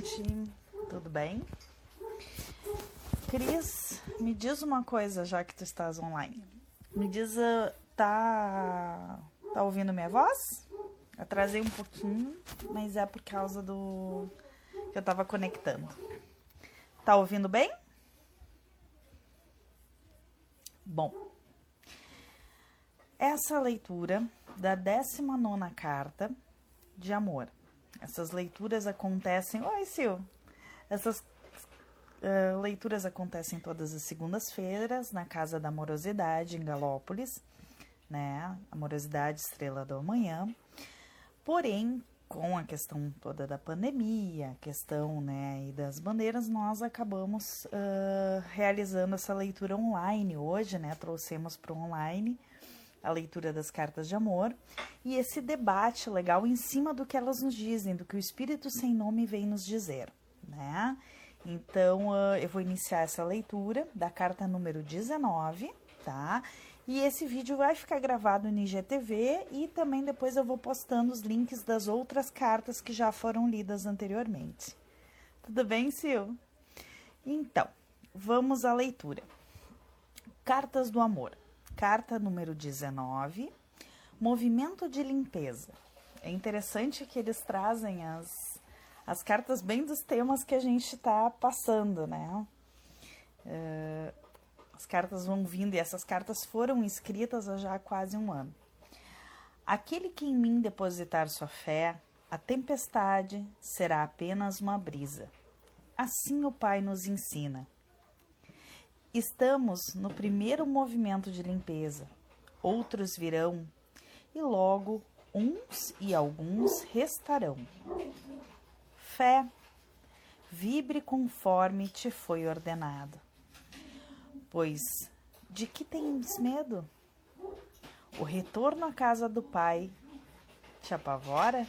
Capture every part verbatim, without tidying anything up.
gente, tudo bem? Cris, me diz uma coisa, já que tu estás online. Me diz, uh, tá, tá ouvindo minha voz? Atrasei um pouquinho, mas é por causa do que eu tava conectando. Tá ouvindo bem? Bom, essa leitura da décima nona carta de amor. Essas leituras acontecem... Oi, Sil! Essas uh, leituras acontecem todas as segundas-feiras na Casa da Amorosidade, em Galópolis, né? Amorosidade, Estrela do Amanhã. Porém, com a questão toda da pandemia, a questão, né, e das bandeiras, nós acabamos uh, realizando essa leitura online hoje, né? Trouxemos para o online a leitura das cartas de amor e esse debate legal em cima do que elas nos dizem, do que o Espírito Sem Nome vem nos dizer, né? Então, uh, eu vou iniciar essa leitura da carta número dezenove, tá? E esse vídeo vai ficar gravado no I G T V e também depois eu vou postando os links das outras cartas que já foram lidas anteriormente. Tudo bem, Sil? Então, vamos à leitura. Cartas do amor. Carta número dezenove, movimento de limpeza. É interessante que eles trazem as, as cartas bem dos temas que a gente está passando, né? Uh, as cartas vão vindo e essas cartas foram escritas há já quase um ano. Aquele que em mim depositar sua fé, a tempestade será apenas uma brisa. Assim o Pai nos ensina. Estamos no primeiro movimento de limpeza, outros virão, e logo uns e alguns restarão. Fé, vibre conforme te foi ordenado. Pois de que tens medo? O retorno à casa do Pai te apavora?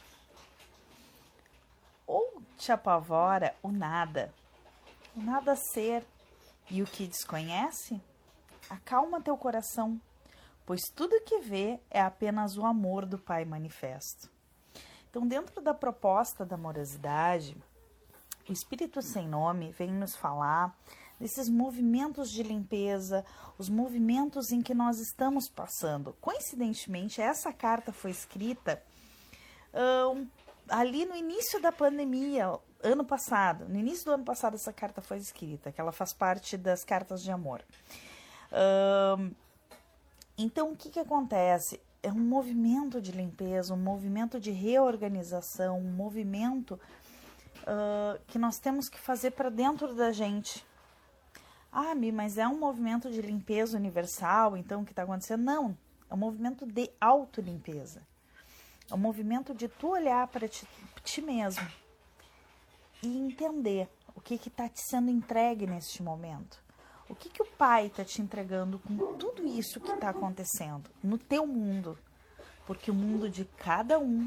Ou te apavora o nada, o nada ser? E o que desconhece? Acalma teu coração, pois tudo que vê é apenas o amor do Pai manifesto. Então, dentro da proposta da amorosidade, o Espírito Sem Nome vem nos falar desses movimentos de limpeza, os movimentos em que nós estamos passando. Coincidentemente, essa carta foi escrita um, ali no início da pandemia, ano passado, no início do ano passado essa carta foi escrita, que ela faz parte das cartas de amor. Um, então, o que que acontece? É um movimento de limpeza, um movimento de reorganização, um movimento uh, que nós temos que fazer para dentro da gente. Ah, Mi, mas é um movimento de limpeza universal, então o que está acontecendo? Não, é um movimento de autolimpeza. É um movimento de tu olhar para ti, ti mesmo e entender o que está te sendo entregue neste momento. O que, que o Pai está te entregando com tudo isso que está acontecendo no teu mundo. Porque o mundo de cada um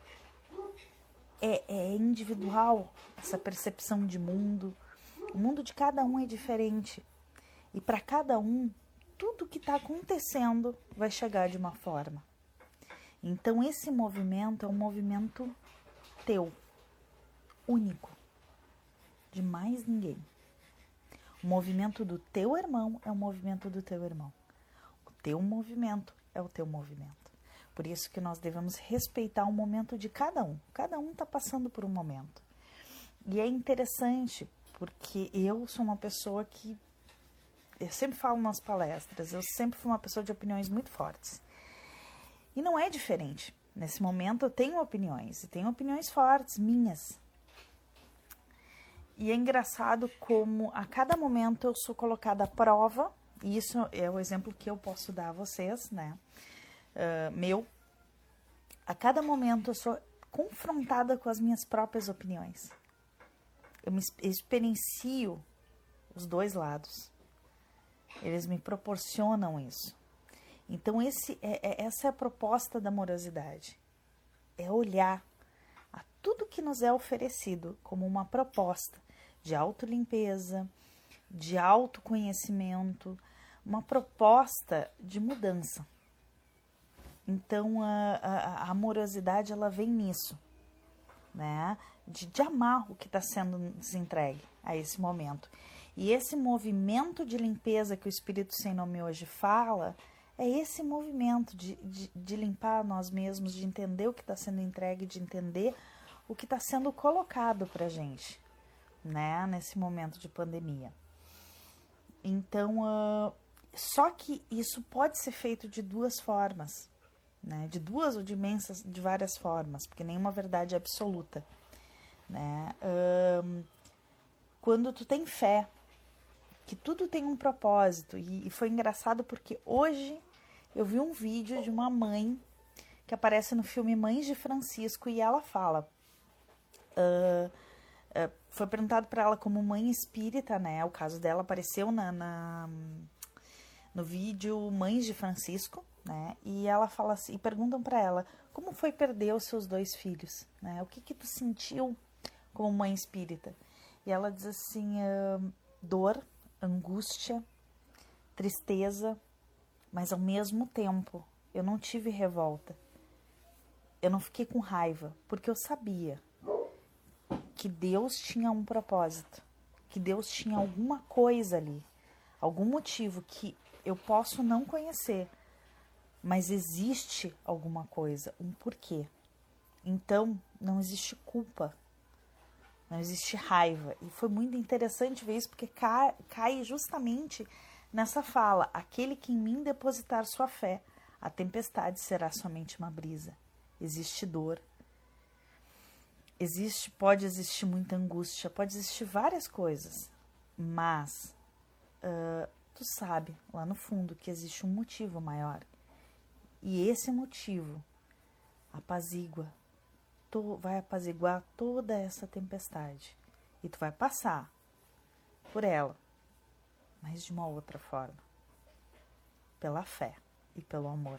é, é individual, essa percepção de mundo. O mundo de cada um é diferente. E para cada um, tudo que está acontecendo vai chegar de uma forma. Então esse movimento é um movimento teu, único. De mais ninguém. O movimento do teu irmão é o movimento do teu irmão. O teu movimento é o teu movimento. Por isso que nós devemos respeitar o momento de cada um. Cada um está passando por um momento. E é interessante, porque eu sou uma pessoa que... Eu sempre falo nas palestras, eu sempre fui uma pessoa de opiniões muito fortes. E não é diferente. Nesse momento eu tenho opiniões, e tenho opiniões fortes, minhas. E é engraçado como a cada momento eu sou colocada à prova, e isso é o exemplo que eu posso dar a vocês, né? Uh, meu. A cada momento eu sou confrontada com as minhas próprias opiniões. Eu me experiencio os dois lados. Eles me proporcionam isso. Então esse é, é, essa é a proposta da amorosidade. É olhar a tudo que nos é oferecido como uma proposta de autolimpeza, de autoconhecimento, uma proposta de mudança. Então, a, a, a amorosidade, ela vem nisso. né? De, de amar o que está sendo desentregue a esse momento. E esse movimento de limpeza que o Espírito Sem Nome hoje fala, é esse movimento de, de, de limpar nós mesmos, de entender o que está sendo entregue, de entender o que está sendo colocado para a gente, né? Nesse momento de pandemia. Então, uh, só que isso pode ser feito de duas formas, né? De duas ou de imensas, de várias formas, porque nenhuma verdade é absoluta, né? Um, quando tu tem fé, que tudo tem um propósito, e, e foi engraçado porque hoje eu vi um vídeo de uma mãe que aparece no filme Mães de Francisco e ela fala, uh, uh, foi perguntado para ela como mãe espírita, né? O caso dela apareceu na, na no vídeo Mães de Francisco, né? E ela fala assim, e perguntam para ela como foi perder os seus dois filhos, né? O que que tu sentiu como mãe espírita? E ela diz assim, uh, dor, angústia, tristeza, mas ao mesmo tempo eu não tive revolta. Eu não fiquei com raiva, porque eu sabia que Deus tinha um propósito, que Deus tinha alguma coisa ali, algum motivo que eu posso não conhecer, mas existe alguma coisa, um porquê. Então, não existe culpa, não existe raiva. E foi muito interessante ver isso, porque cai, cai justamente nessa fala, aquele que em mim depositar sua fé, a tempestade será somente uma brisa. Existe dor, existe, pode existir muita angústia, pode existir várias coisas, mas uh, tu sabe lá no fundo que existe um motivo maior. E esse motivo apazigua, tu vai apaziguar toda essa tempestade. E tu vai passar por ela, mas de uma outra forma. Pela fé e pelo amor.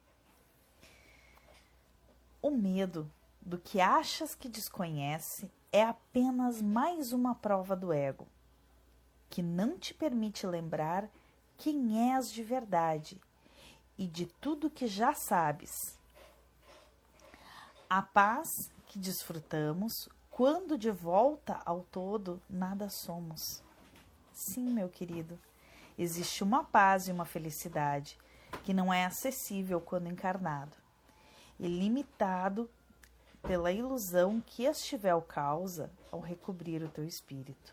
O medo do que achas que desconhece é apenas mais uma prova do ego, que não te permite lembrar quem és de verdade e de tudo que já sabes. A paz que desfrutamos, quando de volta ao todo, nada somos. Sim, meu querido, existe uma paz e uma felicidade que não é acessível quando encarnado, e limitado pela ilusão que este véu causa ao recobrir o teu espírito.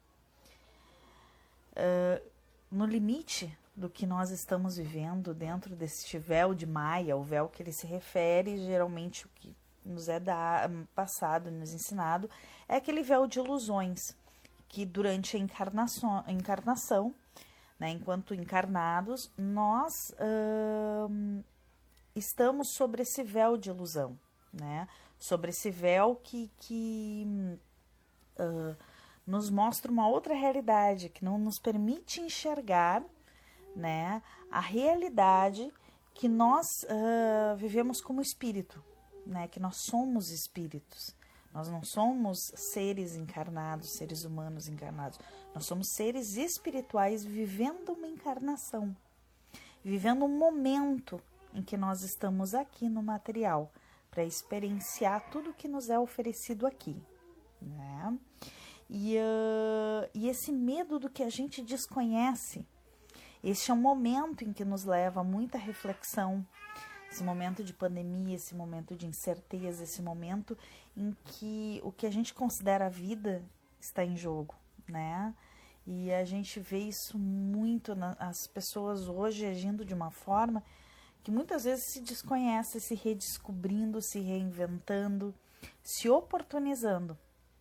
Uh, no limite do que nós estamos vivendo dentro deste véu de Maia, o véu que ele se refere, geralmente o que nos é da, passado, nos ensinado, é aquele véu de ilusões, que durante a encarnação, a encarnação né, enquanto encarnados, nós uh, estamos sobre esse véu de ilusão, né? Sobre esse véu que, que uh, nos mostra uma outra realidade, que não nos permite enxergar, né, a realidade que nós uh, vivemos como espírito, né, que nós somos espíritos. Nós não somos seres encarnados, seres humanos encarnados. Nós somos seres espirituais vivendo uma encarnação, vivendo um momento em que nós estamos aqui no material para experienciar tudo que nos é oferecido aqui, né? E, uh, e esse medo do que a gente desconhece, este é um momento em que nos leva a muita reflexão, esse momento de pandemia, esse momento de incerteza, esse momento em que o que a gente considera a vida está em jogo, né? E a gente vê isso muito, na, as pessoas hoje agindo de uma forma que muitas vezes se desconhece, se redescobrindo, se reinventando, se oportunizando,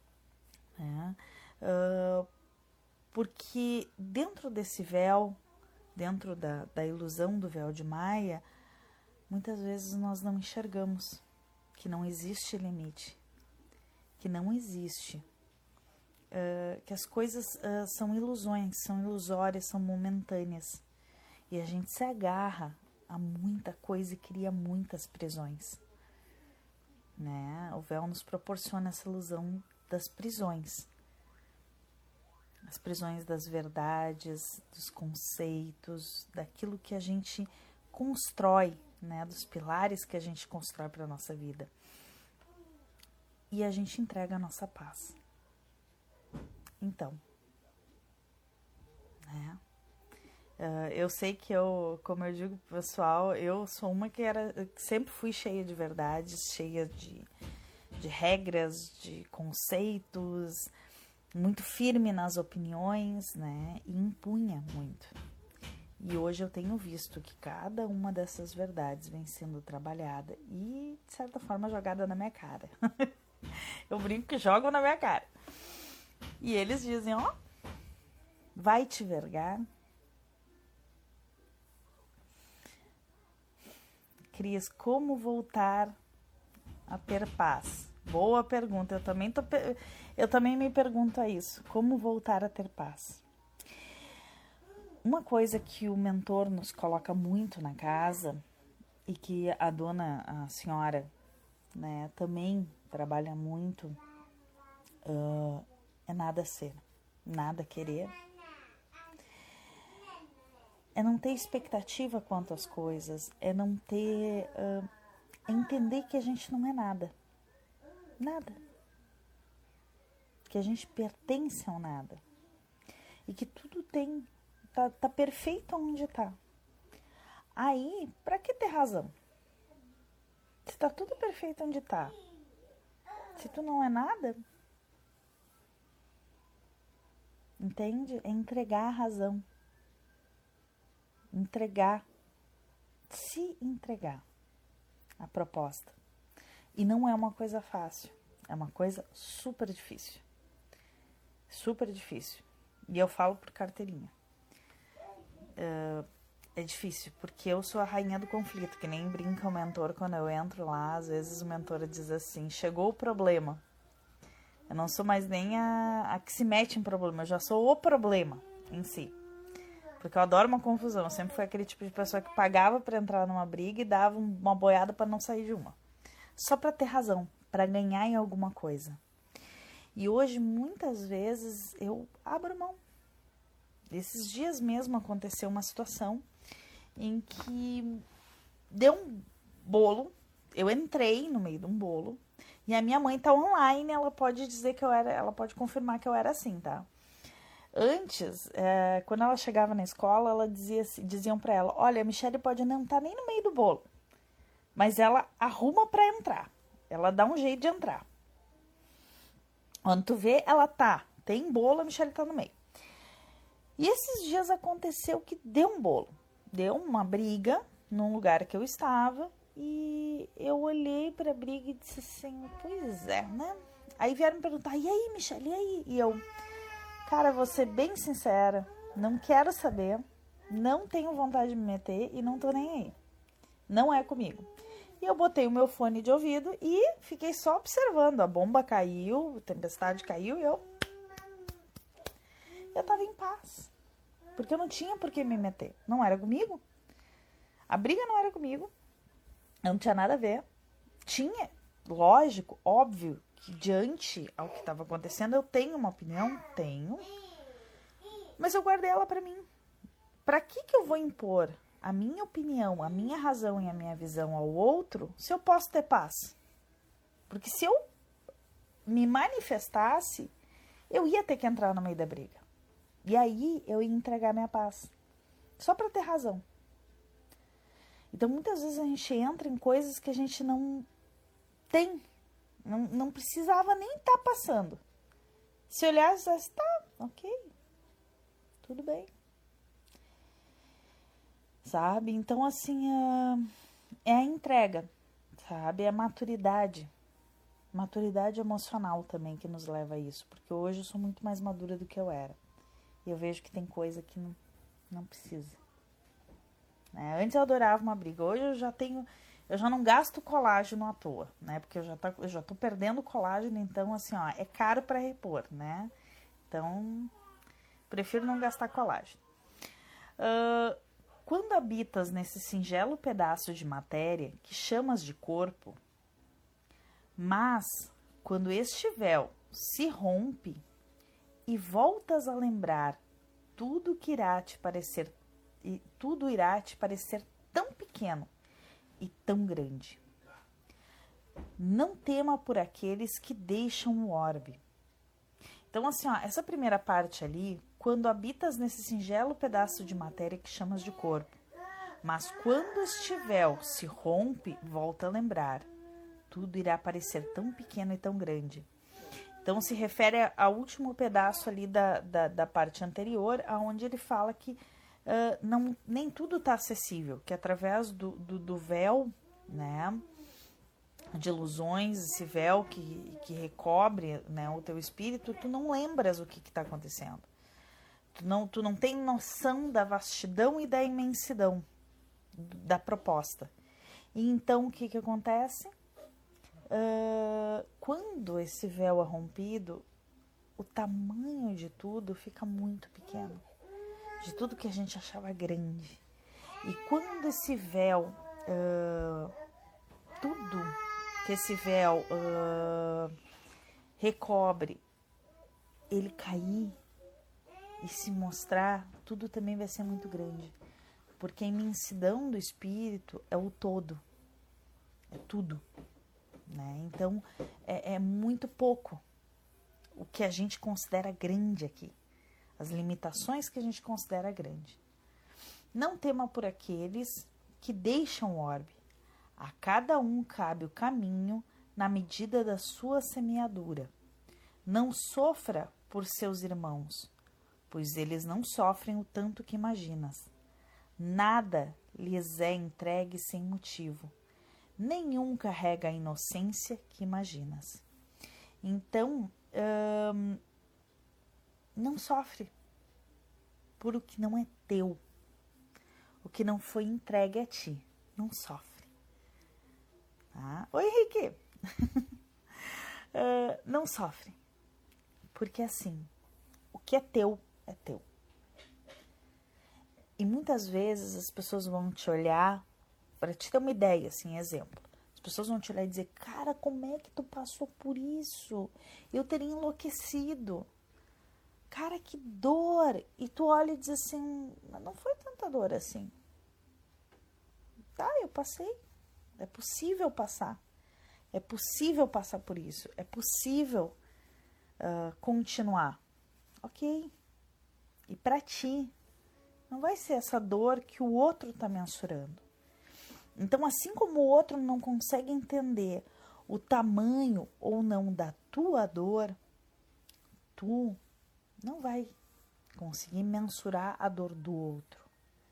né? Uh, porque dentro desse véu, dentro da, da ilusão do véu de Maia, muitas vezes nós não enxergamos que não existe limite, que não existe, uh, que as coisas uh, são ilusões, são ilusórias, são momentâneas. E a gente se agarra a muita coisa e cria muitas prisões, né? O véu nos proporciona essa ilusão das prisões. As prisões das verdades, dos conceitos, daquilo que a gente constrói, né, dos pilares que a gente constrói para a nossa vida. e a gente entrega a nossa paz. Então, né? Uh, eu sei que eu, como eu digo pro pessoal, eu sou uma que era, sempre fui cheia de verdades, cheia de, de regras, de conceitos, muito firme nas opiniões, né? E impunha muito. E hoje eu tenho visto que cada uma dessas verdades vem sendo trabalhada e, de certa forma, jogada na minha cara. Eu brinco que jogam na minha cara. E eles dizem, ó, vai te vergar. Cris, como voltar a ter paz? Boa pergunta. Eu também, tô, eu também me pergunto a isso. Como voltar a ter paz? Uma coisa que o mentor nos coloca muito na casa e que a dona, a senhora, né, também trabalha muito, uh, é nada ser, nada querer. É não ter expectativa quanto às coisas, é não ter, uh, é entender que a gente não é nada, nada, que a gente pertence ao nada e que tudo tem, tá, tá perfeito onde tá. Aí, pra que ter razão? Se tá tudo perfeito onde tá, se tu não é nada, entende? É entregar a razão. Entregar, se entregar a proposta. E não é uma coisa fácil, é uma coisa super difícil. Super difícil. E eu falo por carteirinha. Uh, é difícil, porque eu sou a rainha do conflito, que nem brinca o mentor quando eu entro lá, às vezes o mentor diz assim, chegou o problema. Eu não sou mais nem a, a que se mete em problema, eu já sou o problema em si. Porque eu adoro uma confusão. Eu sempre fui aquele tipo de pessoa que pagava pra entrar numa briga e dava uma boiada pra não sair de uma. Só pra ter razão, pra ganhar em alguma coisa. E hoje, muitas vezes, eu abro mão. Esses dias mesmo aconteceu uma situação em que deu um bolo. Eu entrei no meio de um bolo. E a minha mãe tá online, ela pode dizer que eu era, ela pode confirmar que eu era assim, tá? Antes, é, quando ela chegava na escola, ela dizia, diziam pra ela, olha, a Michelle pode não estar nem no meio do bolo, mas ela arruma pra entrar, ela dá um jeito de entrar. Quando tu vê, ela tá, tem bolo, a Michelle tá no meio. E esses dias aconteceu que deu um bolo, deu uma briga num lugar que eu estava, e eu olhei pra briga e disse assim, pois é, né? Aí vieram me perguntar, e aí, Michelle, e aí? E eu... Cara, vou ser bem sincera, não quero saber, não tenho vontade de me meter e não tô nem aí. Não é comigo. E eu botei o meu fone de ouvido e fiquei só observando. A bomba caiu, a tempestade caiu e eu... Eu tava em paz. Porque eu não tinha por que me meter. Não era comigo. A briga não era comigo. Não tinha nada a ver. Tinha, lógico, óbvio, que diante ao que estava acontecendo, eu tenho uma opinião, tenho, mas eu guardei ela para mim. Para que que eu vou impor a minha opinião, a minha razão e a minha visão ao outro, se eu posso ter paz? Porque se eu me manifestasse, eu ia ter que entrar no meio da briga. E aí eu ia entregar minha paz, só para ter razão. Então muitas vezes a gente entra em coisas que a gente não tem. Não, não precisava nem estar tá passando. Se olhar e dissesse, tá, ok, tudo bem. Sabe? Então, assim, é a entrega, sabe? É a maturidade. Maturidade emocional também que nos leva a isso. Porque hoje eu sou muito mais madura do que eu era. E eu vejo que tem coisa que não, não precisa. Né? Antes eu adorava uma briga. Hoje eu já tenho... Eu já não gasto colágeno à toa, né? Porque eu já, tá, eu já tô perdendo colágeno, então, assim, ó, é caro para repor, né? Então, prefiro não gastar colágeno. Uh, quando habitas nesse singelo pedaço de matéria que chamas de corpo, mas quando este véu se rompe e voltas a lembrar tudo que irá te parecer, e tudo irá te parecer tão pequeno e tão grande. Não tema por aqueles que deixam o orbe. Então, assim, ó, essa primeira parte ali, quando habitas nesse singelo pedaço de matéria que chamas de corpo, mas quando este véu se rompe, volta a lembrar, tudo irá parecer tão pequeno e tão grande. Então, se refere ao último pedaço ali da, da, da parte anterior, onde ele fala que uh, não, nem tudo está acessível, que através do, do, do véu, né, de ilusões, esse véu que, que recobre, né, o teu espírito, tu não lembras o que está acontecendo. Tu não, tu não tem noção da vastidão e da imensidão da proposta. E então, o que, que acontece? Uh, quando esse véu é rompido, o tamanho de tudo fica muito pequeno. De tudo que a gente achava grande. E quando esse véu, uh, tudo que esse véu uh, recobre, ele cair e se mostrar, tudo também vai ser muito grande. Porque a imensidão do espírito é o todo. É tudo. Né? Então, é, é muito pouco o que a gente considera grande aqui. As limitações que a gente considera grande. Não tema por aqueles que deixam o orbe. A cada um cabe o caminho na medida da sua semeadura. Não sofra por seus irmãos, pois eles não sofrem o tanto que imaginas. Nada lhes é entregue sem motivo. Nenhum carrega a inocência que imaginas. Então, hum, não sofre por o que não é teu, o que não foi entregue a ti. Não sofre. Tá? Oi, Henrique! uh, não sofre. Porque assim, o que é teu, é teu. E muitas vezes as pessoas vão te olhar, para te ter uma ideia, assim, exemplo. As pessoas vão te olhar e dizer, cara, como é que tu passou por isso? Eu teria enlouquecido. Cara, que dor. E tu olha e diz assim, não foi tanta dor assim. Tá, eu passei. É possível passar. É possível passar por isso. É possível uh, continuar. Ok. E para ti, não vai ser essa dor que o outro está mensurando. Então, assim como o outro não consegue entender o tamanho ou não da tua dor, tu não vai conseguir mensurar a dor do outro.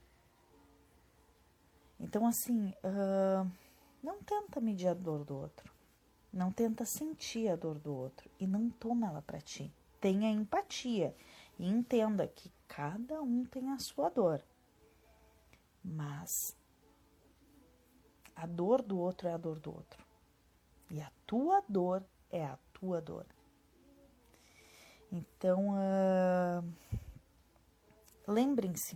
Então, assim, uh, não tenta medir a dor do outro. Não tenta sentir a dor do outro e não toma ela para ti. Tenha empatia e entenda que cada um tem a sua dor. Mas a dor do outro é a dor do outro. E a tua dor é a tua dor. Então, uh, lembrem-se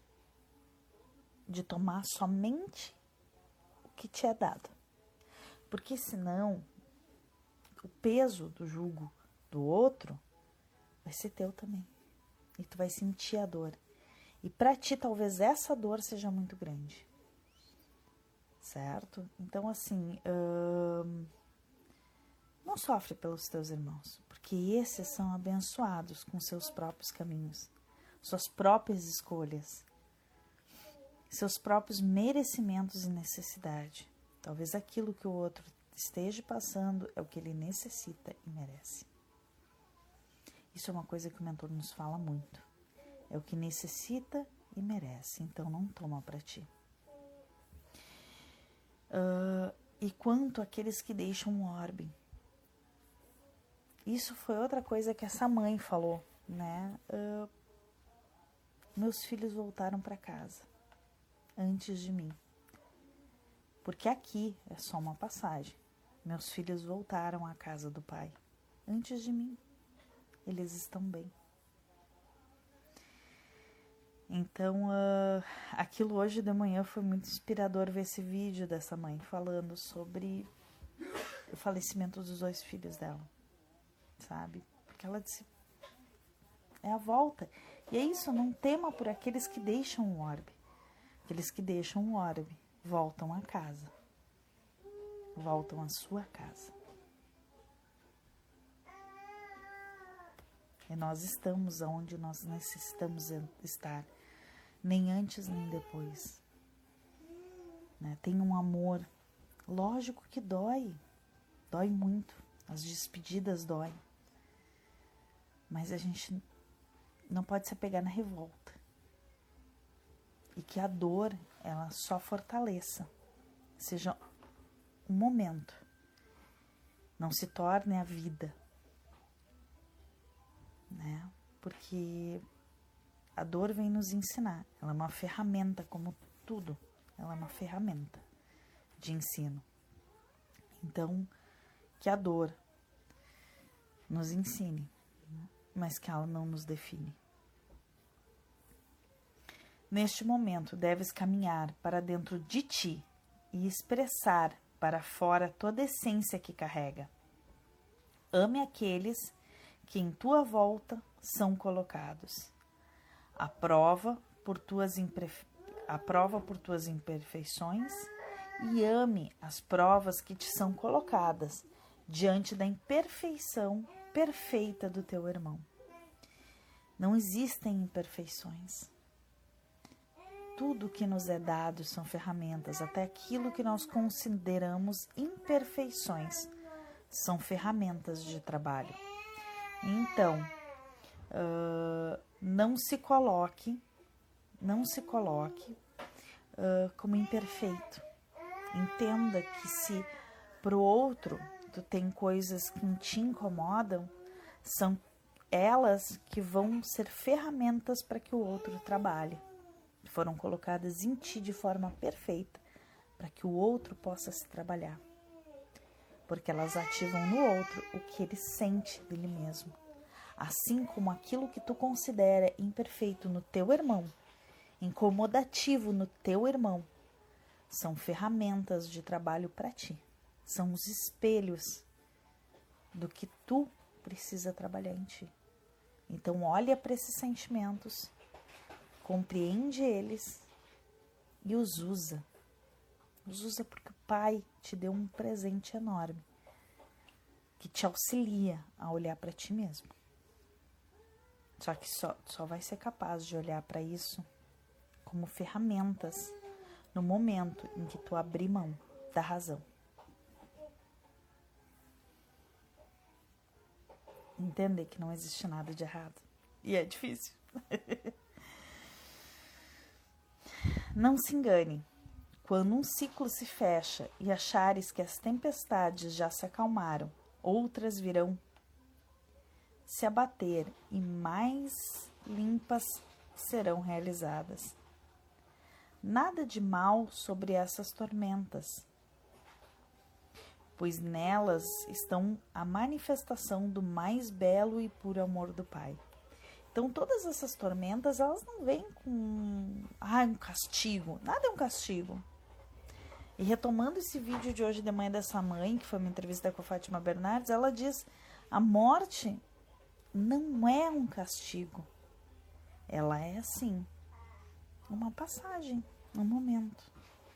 de tomar somente o que te é dado. Porque senão, o peso do jugo do outro vai ser teu também. E tu vai sentir a dor. E para ti, talvez essa dor seja muito grande. Certo? Então, assim, hum, não sofre pelos teus irmãos, porque esses são abençoados com seus próprios caminhos, suas próprias escolhas, seus próprios merecimentos e necessidade. Talvez aquilo que o outro esteja passando é o que ele necessita e merece. Isso é uma coisa que o mentor nos fala muito. É o que necessita e merece, então não toma para ti. Uh, e quanto àqueles que deixam um orbe. Isso foi outra coisa que essa mãe falou, né? Uh, meus filhos voltaram para casa antes de mim. Porque aqui é só uma passagem. Meus filhos voltaram à casa do pai antes de mim. Eles estão bem. Então, uh, aquilo hoje de manhã foi muito inspirador ver esse vídeo dessa mãe falando sobre o falecimento dos dois filhos dela, sabe? Porque ela disse, é a volta. E é isso, não tema por aqueles que deixam o orbe. Aqueles que deixam o orbe voltam a casa. voltam à sua casa. E nós estamos onde nós necessitamos estar, nem antes nem depois. Né? Tem um amor, lógico que dói, dói muito, as despedidas doem, mas a gente não pode se apegar na revolta. E que a dor, ela só fortaleça, seja um momento, não se torne a vida. Né? Porque a dor vem nos ensinar, ela é uma ferramenta, como tudo, ela é uma ferramenta de ensino. Então, que a dor nos ensine, né? Mas que ela não nos define. Neste momento, deves caminhar para dentro de ti e expressar para fora toda a essência que carrega. Ame aqueles que em tua volta são colocados. A prova por tuas, imperfe... a prova por tuas imperfeições e ame as provas que te são colocadas diante da imperfeição perfeita do teu irmão. Não existem imperfeições. Tudo que nos é dado são ferramentas, até aquilo que nós consideramos imperfeições são ferramentas de trabalho. Então, uh, não se coloque, não se coloque uh, como imperfeito. Entenda que se para o outro tu tem coisas que te incomodam, são elas que vão ser ferramentas para que o outro trabalhe. Foram colocadas em ti de forma perfeita para que o outro possa se trabalhar. Porque elas ativam no outro o que ele sente dele mesmo. Assim como aquilo que tu considera imperfeito no teu irmão, incomodativo no teu irmão, são ferramentas de trabalho para ti. São os espelhos do que tu precisa trabalhar em ti. Então olha para esses sentimentos, compreende eles e os usa. Os usa porque o Pai te deu um presente enorme que te auxilia a olhar para ti mesmo. Só que só, só vai ser capaz de olhar para isso como ferramentas no momento em que tu abrir mão da razão. Entender que não existe nada de errado. E é difícil. Não se engane. Quando um ciclo se fecha e achares que as tempestades já se acalmaram, outras virão se abater e mais limpas serão realizadas. Nada de mal sobre essas tormentas, pois nelas estão a manifestação do mais belo e puro amor do Pai. Então, todas essas tormentas, elas não vêm com ah, um castigo. Nada é um castigo. E retomando esse vídeo de hoje de manhã dessa mãe, que foi uma entrevista com a Fátima Bernardes, ela diz, a morte não é um castigo. Ela é, sim, uma passagem, um momento.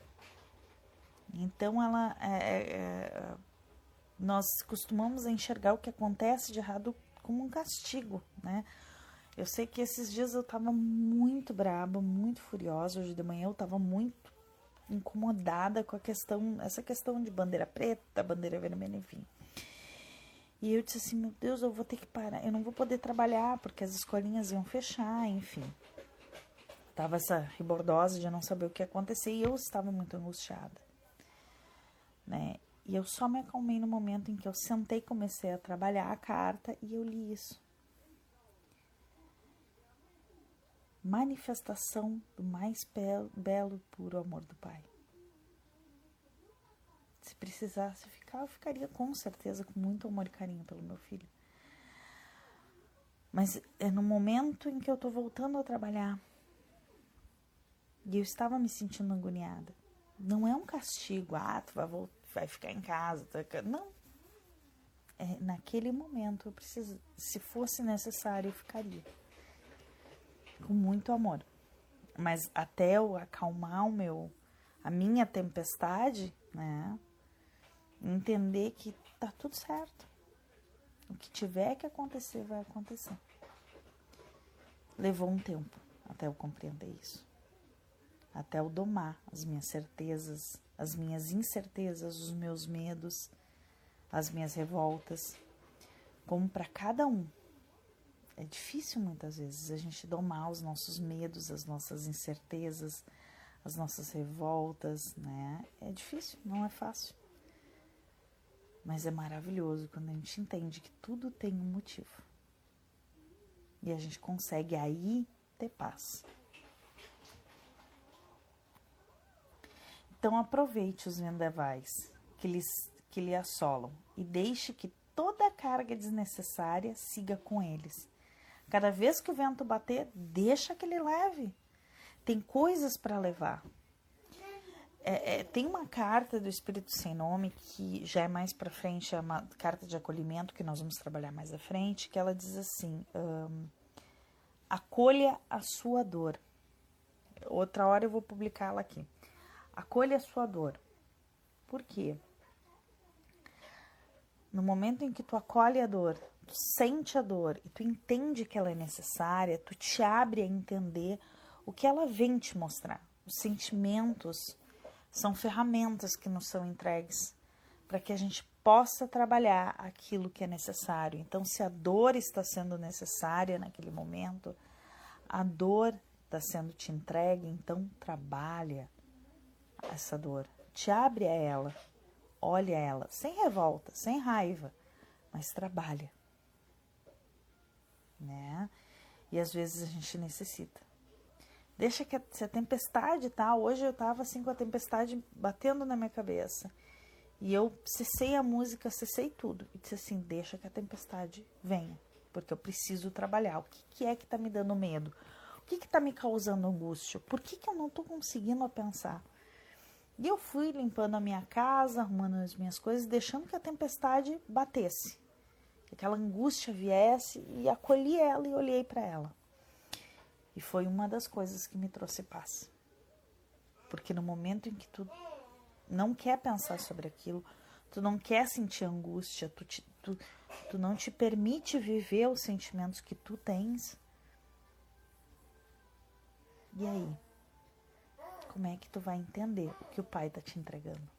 Então, ela, é, é, nós costumamos enxergar o que acontece de errado como um castigo, né? Eu sei que esses dias eu estava muito braba, muito furiosa. Hoje de manhã eu estava muito incomodada com a questão, essa questão de bandeira preta, bandeira vermelha, enfim. E eu disse assim, meu Deus, eu vou ter que parar, eu não vou poder trabalhar porque as escolinhas iam fechar, enfim. Tava essa ribordose de não saber o que ia acontecer e eu estava muito angustiada, né? E eu só me acalmei no momento em que eu sentei e comecei a trabalhar a carta e eu li isso. Manifestação do mais belo, belo e puro amor do Pai. Se precisasse ficar, eu ficaria com certeza com muito amor e carinho pelo meu filho. Mas é no momento em que eu estou voltando a trabalhar e eu estava me sentindo agoniada. Não é um castigo, ah, tu vai, voltar, vai ficar em casa. Tu vai... Não. É, naquele momento, eu preciso, se fosse necessário, eu ficaria. Com muito amor. Mas até eu acalmar o meu, a minha tempestade, né? Entender que tá tudo certo. O que tiver que acontecer, vai acontecer. Levou um tempo até eu compreender isso. Até eu domar as minhas certezas, as minhas incertezas, os meus medos, as minhas revoltas. Como para cada um. É difícil muitas vezes a gente domar os nossos medos, as nossas incertezas, as nossas revoltas, né? É difícil, não é fácil. Mas é maravilhoso quando a gente entende que tudo tem um motivo. E a gente consegue aí ter paz. Então aproveite os vendavais que, lhes, que lhe assolam e deixe que toda a carga desnecessária siga com eles. Cada vez que o vento bater, deixa que ele leve. Tem coisas para levar. É, é, tem uma carta do Espírito Sem Nome, que já é mais para frente, é uma carta de acolhimento, que nós vamos trabalhar mais à frente, que ela diz assim, um, acolha a sua dor. Outra hora eu vou publicar ela aqui. Acolha a sua dor. Por quê? No momento em que tu acolhe a dor, tu sente a dor e tu entende que ela é necessária, tu te abre a entender o que ela vem te mostrar. Os sentimentos são ferramentas que nos são entregues para que a gente possa trabalhar aquilo que é necessário. Então, se a dor está sendo necessária naquele momento, a dor está sendo te entregue, então trabalha essa dor. Te abre a ela, olha ela, sem revolta, sem raiva, mas trabalha. Né? E às vezes a gente necessita. Deixa que a, se a tempestade tá, hoje eu tava assim com a tempestade batendo na minha cabeça. E eu cessei a música, cessei tudo. E disse assim, deixa que a tempestade venha. Porque eu preciso trabalhar. O que, que é que tá me dando medo? O que que tá me causando angústia? Por que que eu não tô conseguindo pensar? E eu fui limpando a minha casa, arrumando as minhas coisas, deixando que a tempestade batesse. Que aquela angústia viesse e acolhi ela e olhei para ela. E foi uma das coisas que me trouxe paz. Porque no momento em que tu não quer pensar sobre aquilo, tu não quer sentir angústia, tu, te, tu, tu não te permite viver os sentimentos que tu tens. E aí? Como é que tu vai entender o que o pai tá te entregando?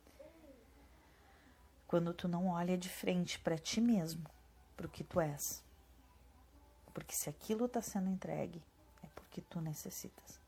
Quando tu não olha de frente para ti mesmo, para o que tu és. Porque se aquilo tá sendo entregue, é porque tu necessitas.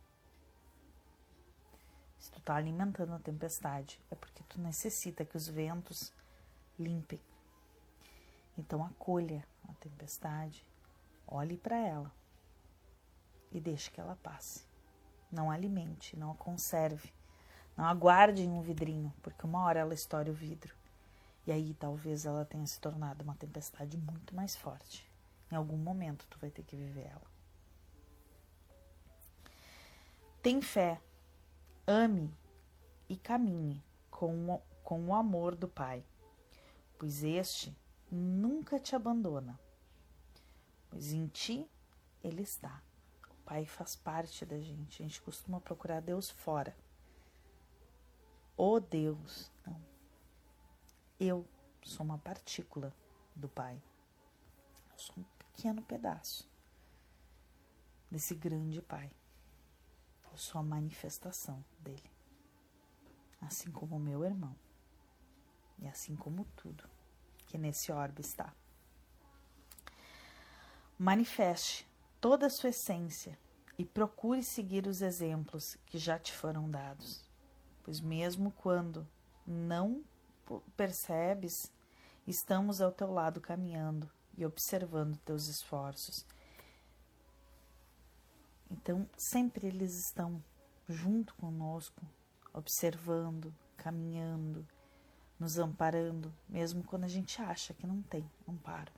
Se tu tá alimentando a tempestade, é porque tu necessita que os ventos limpem. Então acolha a tempestade, olhe para ela e deixe que ela passe. Não alimente, não a conserve, não aguarde em um vidrinho, porque uma hora ela estoura o vidro. E aí talvez ela tenha se tornado uma tempestade muito mais forte. Em algum momento tu vai ter que viver ela. Tem fé, ame e caminhe com o, com o amor do Pai, pois este nunca te abandona, pois em ti ele está. O Pai faz parte da gente, a gente costuma procurar Deus fora. O Deus, não. Eu sou uma partícula do Pai. Eu sou um pequeno pedaço desse grande Pai. Eu sou a manifestação dele. Assim como o meu irmão. E assim como tudo que nesse orbe está. Manifeste toda a sua essência e procure seguir os exemplos que já te foram dados. Pois mesmo quando não percebes, estamos ao teu lado caminhando e observando teus esforços. Então, sempre eles estão junto conosco, observando, caminhando, nos amparando, mesmo quando a gente acha que não tem amparo.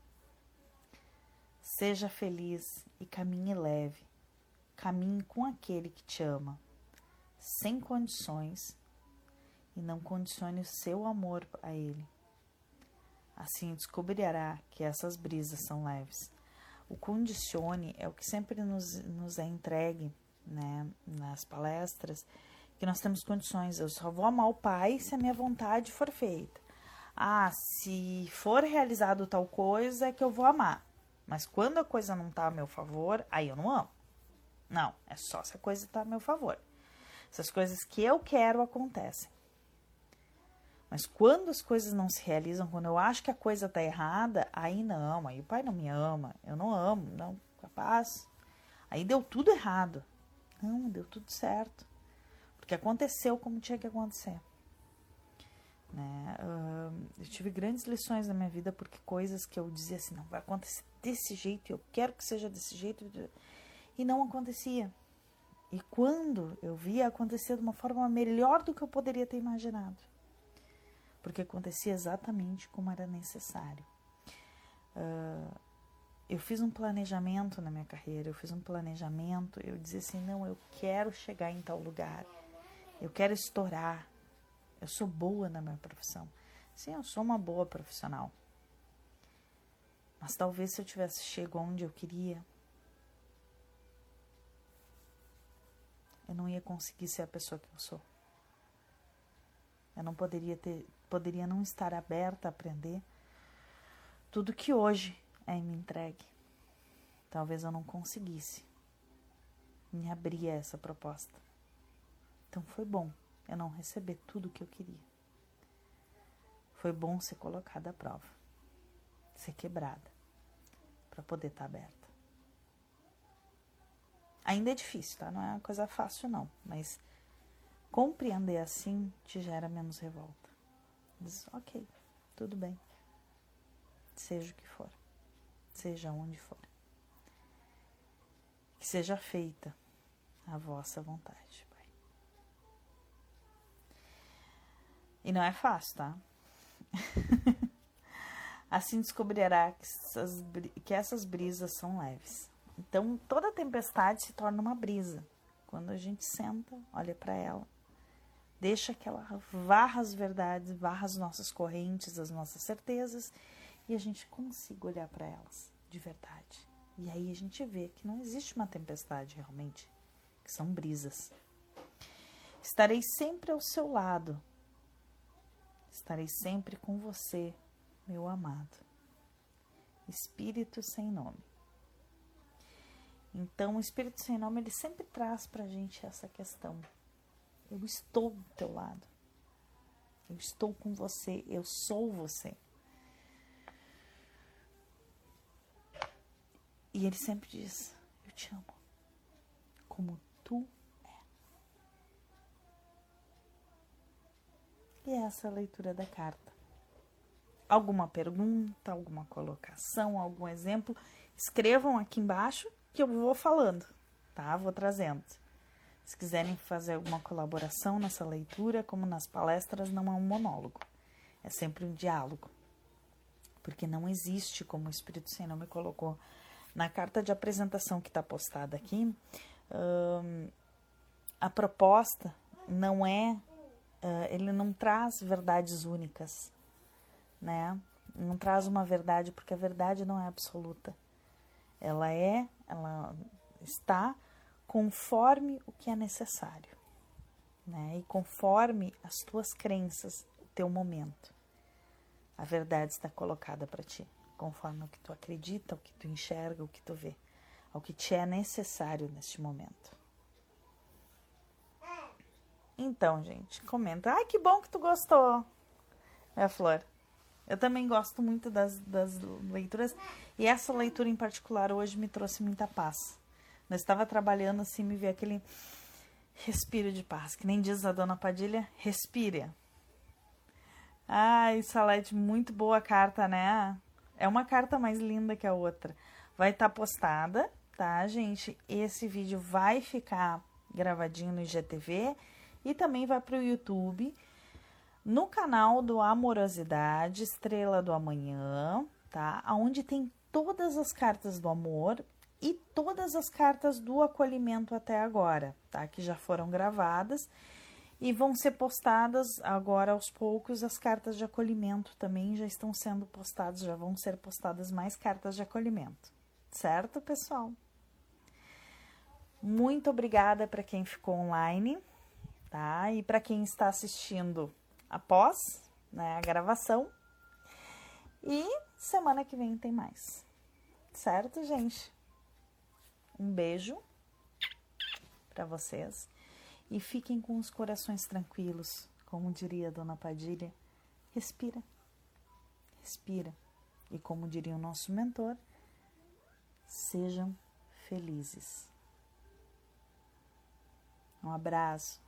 Seja feliz e caminhe leve, caminhe com aquele que te ama, sem condições, e não condicione o seu amor a ele. Assim descobrirá que essas brisas são leves. O condicione é o que sempre nos, nos é entregue, né, nas palestras, que nós temos condições. Eu só vou amar o pai se a minha vontade for feita. Ah, se for realizado tal coisa é que eu vou amar. Mas quando a coisa não tá a meu favor, aí eu não amo. Não, é só se a coisa tá a meu favor. Essas coisas que eu quero acontecem. Mas quando as coisas não se realizam, quando eu acho que a coisa tá errada, aí não, aí o pai não me ama, eu não amo, não, capaz. Aí deu tudo errado. Não, deu tudo certo. Porque aconteceu como tinha que acontecer. Né? Uh, eu tive grandes lições na minha vida porque coisas que eu dizia assim, não, vai acontecer desse jeito, eu quero que seja desse jeito, e não acontecia. E quando eu via acontecer de uma forma melhor do que eu poderia ter imaginado, porque acontecia exatamente como era necessário. Uh, eu fiz um planejamento na minha carreira, eu fiz um planejamento, eu dizia assim, não, eu quero chegar em tal lugar, eu quero estourar. Eu sou boa na minha profissão. Sim, eu sou uma boa profissional. Mas talvez se eu tivesse chegado onde eu queria, eu não ia conseguir ser a pessoa que eu sou. Eu não poderia ter, poderia não estar aberta a aprender tudo que hoje é me entregue. Talvez eu não conseguisse me abrir a essa proposta. Então foi bom eu não receber tudo o que eu queria. Foi bom ser colocada à prova, ser quebrada, para poder estar aberta. Ainda é difícil, tá? Não é uma coisa fácil, não. Mas compreender assim te gera menos revolta. Diz, ok, tudo bem. Seja o que for. Seja onde for. Que seja feita a vossa vontade. E não é fácil, tá? Assim descobrirá que essas, que essas brisas são leves. Então, toda tempestade se torna uma brisa. Quando a gente senta, olha para ela, deixa que ela varra as verdades, varra as nossas correntes, as nossas certezas, e a gente consiga olhar para elas de verdade. E aí a gente vê que não existe uma tempestade realmente, que são brisas. Estarei sempre ao seu lado. Estarei sempre com você, meu amado. Espírito sem nome. Então, o Espírito sem nome, ele sempre traz pra gente essa questão. Eu estou do teu lado. Eu estou com você. Eu sou você. E ele sempre diz, eu te amo. Como tu e essa é a leitura da carta. Alguma pergunta, alguma colocação, algum exemplo, escrevam aqui embaixo que eu vou falando, tá? Vou trazendo. Se quiserem fazer alguma colaboração nessa leitura, como nas palestras, não é um monólogo. É sempre um diálogo. Porque não existe, como o Espírito Sem Nome colocou na carta de apresentação que está postada aqui, hum, a proposta não é Uh, ele não traz verdades únicas, né? Não traz uma verdade, porque a verdade não é absoluta. Ela é, ela está conforme o que é necessário, né? E conforme as tuas crenças, o teu momento. A verdade está colocada para ti, conforme o que tu acredita, o que tu enxerga, o que tu vê, o que te é necessário neste momento. Então, gente, comenta. Ai, que bom que tu gostou, minha flor. Eu também gosto muito das, das leituras. E essa leitura em particular hoje me trouxe muita paz. Eu estava trabalhando assim, me veio aquele respiro de paz. Que nem diz a dona Padilha, respira. Ai, Salete, muito boa a carta, né? É uma carta mais linda que a outra. Vai estar postada, tá, gente? Esse vídeo vai ficar gravadinho no I G T V. E também vai para o YouTube, no canal do Amorosidade, Estrela do Amanhã, tá? Onde tem todas as cartas do amor e todas as cartas do acolhimento até agora, tá? Que já foram gravadas e vão ser postadas agora aos poucos. As cartas de acolhimento também já estão sendo postadas, já vão ser postadas mais cartas de acolhimento, certo, pessoal? Muito obrigada para quem ficou online. tá? E para quem está assistindo após, né, a gravação. E semana que vem tem mais. Certo, gente? Um beijo para vocês. E fiquem com os corações tranquilos, como diria a Dona Padilha. Respira. Respira. E como diria o nosso mentor, sejam felizes. Um abraço.